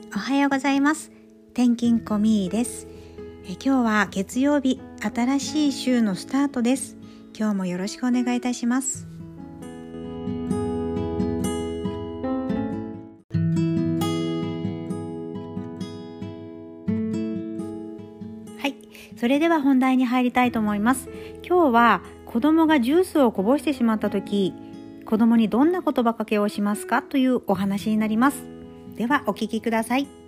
おはようございます。転勤コミーです。今日は月曜日、新しい週のスタートです。今日もよろしくお願いいたします。はい、それでは本題に入りたいと思います。今日は子供がジュースをこぼしてしまった時、子供にどんな言葉かけをしますかというお話になります。ではお聞きください。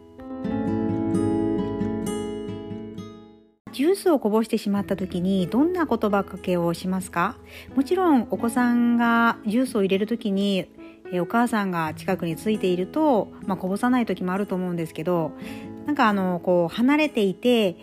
ジュースをこぼしてしまった時にどんな言葉かけをしますか？もちろんお子さんがジュースを入れる時にお母さんが近くについていると、こぼさない時もあると思うんですけど、離れていて、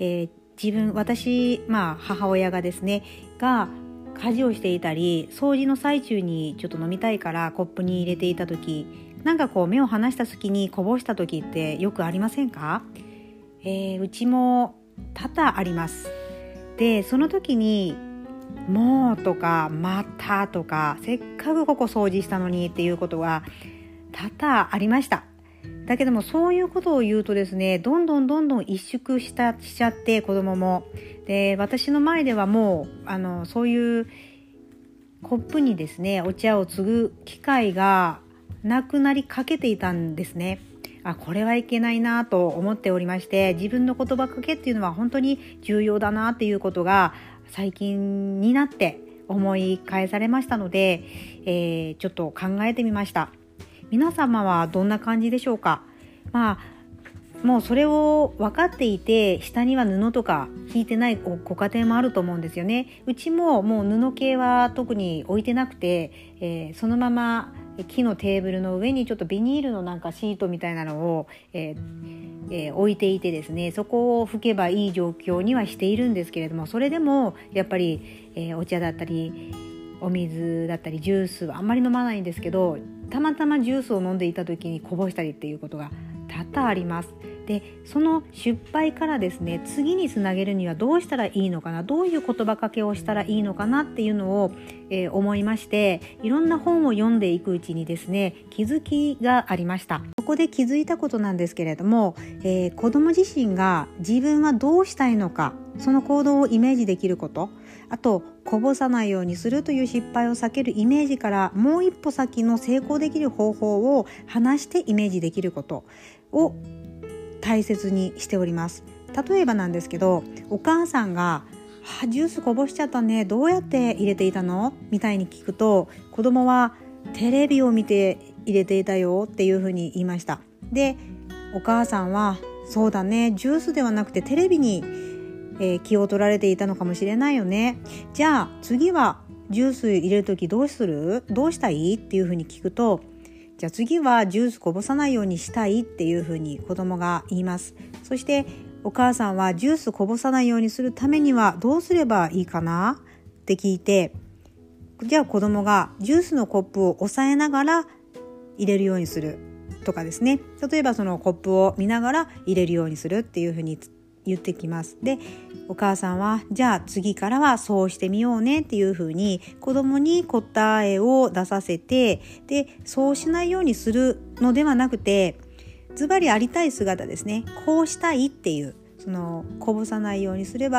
私、母親がですねが家事をしていたり掃除の最中にちょっと飲みたいからコップに入れていた時、目を離した時にこぼした時ってよくありませんか？うちも多々あります。で、その時にもうとかまたとか、せっかくここ掃除したのにっていうことが多々ありました。だけどもそういうことを言うとですね、どんどん萎縮しちゃって子供もで、私の前ではもうそういうコップにですねお茶を継ぐ機会がなくなりかけていたんですね。これはいけないなと思っておりまして、自分の言葉かけっていうのは本当に重要だなっていうことが最近になって思い返されましたので、ちょっと考えてみました。皆様はどんな感じでしょうか？もうそれを分かっていて下には布とか引いてないご家庭もあると思うんですよね。うちももう布系は特に置いてなくて、そのまま木のテーブルの上にちょっとビニールのシートみたいなのを、置いていてですね、そこを拭けばいい状況にはしているんですけれども、それでもやっぱり、お茶だったりお水だったりジュースはあんまり飲まないんですけど、たまたまジュースを飲んでいた時にこぼしたりっていうことが多々あります。で、その失敗からですね、次につなげるにはどうしたらいいのかな、どういう言葉かけをしたらいいのかなっていうのを、思いまして、いろんな本を読んでいくうちにですね、気づきがありました。そこで気づいたことなんですけれども、子供自身が自分はどうしたいのか、その行動をイメージできること、あとこぼさないようにするという失敗を避けるイメージからもう一歩先の成功できる方法を話してイメージできることを大切にしております。例えばなんですけど、お母さんがジュースこぼしちゃったね、どうやって入れていたのみたいに聞くと、子供はテレビを見て入れていたよっていうふうに言いました。で、お母さんはそうだね、ジュースではなくてテレビに、気を取られていたのかもしれないよね。じゃあ次はジュース入れるときどうしたいっていうふうに聞くと、じゃあ次はジュースこぼさないようにしたいっていうふうに子供が言います。そしてお母さんはジュースこぼさないようにするためにはどうすればいいかなって聞いて、じゃあ子供がジュースのコップを押さえながら入れるようにするとかですね、例えばそのコップを見ながら入れるようにするっていうふうに言ってきます。で、お母さんはじゃあ次からはそうしてみようねっていうふうに子供に答えを出させて、でそうしないようにするのではなくて、ズバリありたい姿ですね、こうしたいっていう、そのこぼさないようにする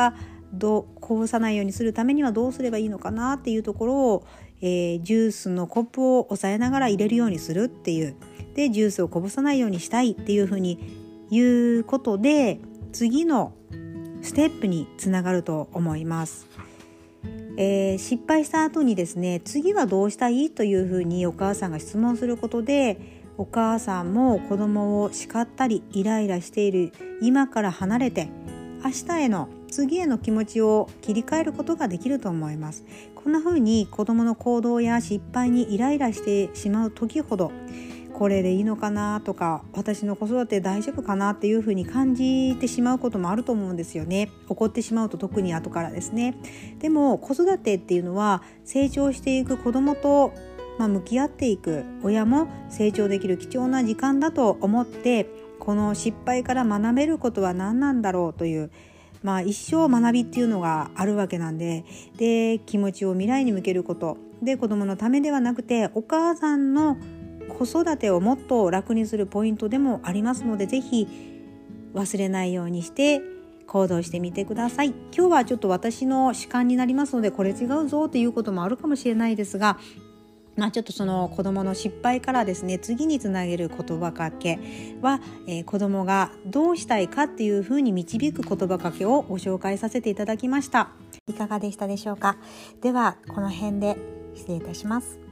ためにはどうすればいいのかなっていうところを、ジュースのコップを押さえながら入れるようにするっていう、でジュースをこぼさないようにしたいっていうふうに言うことで、次のステップにつながると思います。失敗した後にですね、次はどうしたいというふうにお母さんが質問することで、お母さんも子供を叱ったりイライラしている今から離れて、明日への次への気持ちを切り替えることができると思います。こんなふうに子供の行動や失敗にイライラしてしまう時ほど、これでいいのかなとか、私の子育て大丈夫かなっていうふうに感じてしまうこともあると思うんですよね。怒ってしまうと特に後からですね。でも子育てっていうのは成長していく子供と向き合っていく親も成長できる貴重な時間だと思って、この失敗から学べることは何なんだろうという、一生学びっていうのがあるわけなんで、気持ちを未来に向けることで、子供のためではなくてお母さんの子育てをもっと楽にするポイントでもありますので、ぜひ忘れないようにして行動してみてください。今日はちょっと私の主観になりますので、これ違うぞっていうこともあるかもしれないですが、ちょっとその子どもの失敗からですね、次につなげる言葉かけは、子どもがどうしたいかっていうふうに導く言葉かけをご紹介させていただきました。いかがでしたでしょうか。ではこの辺で失礼いたします。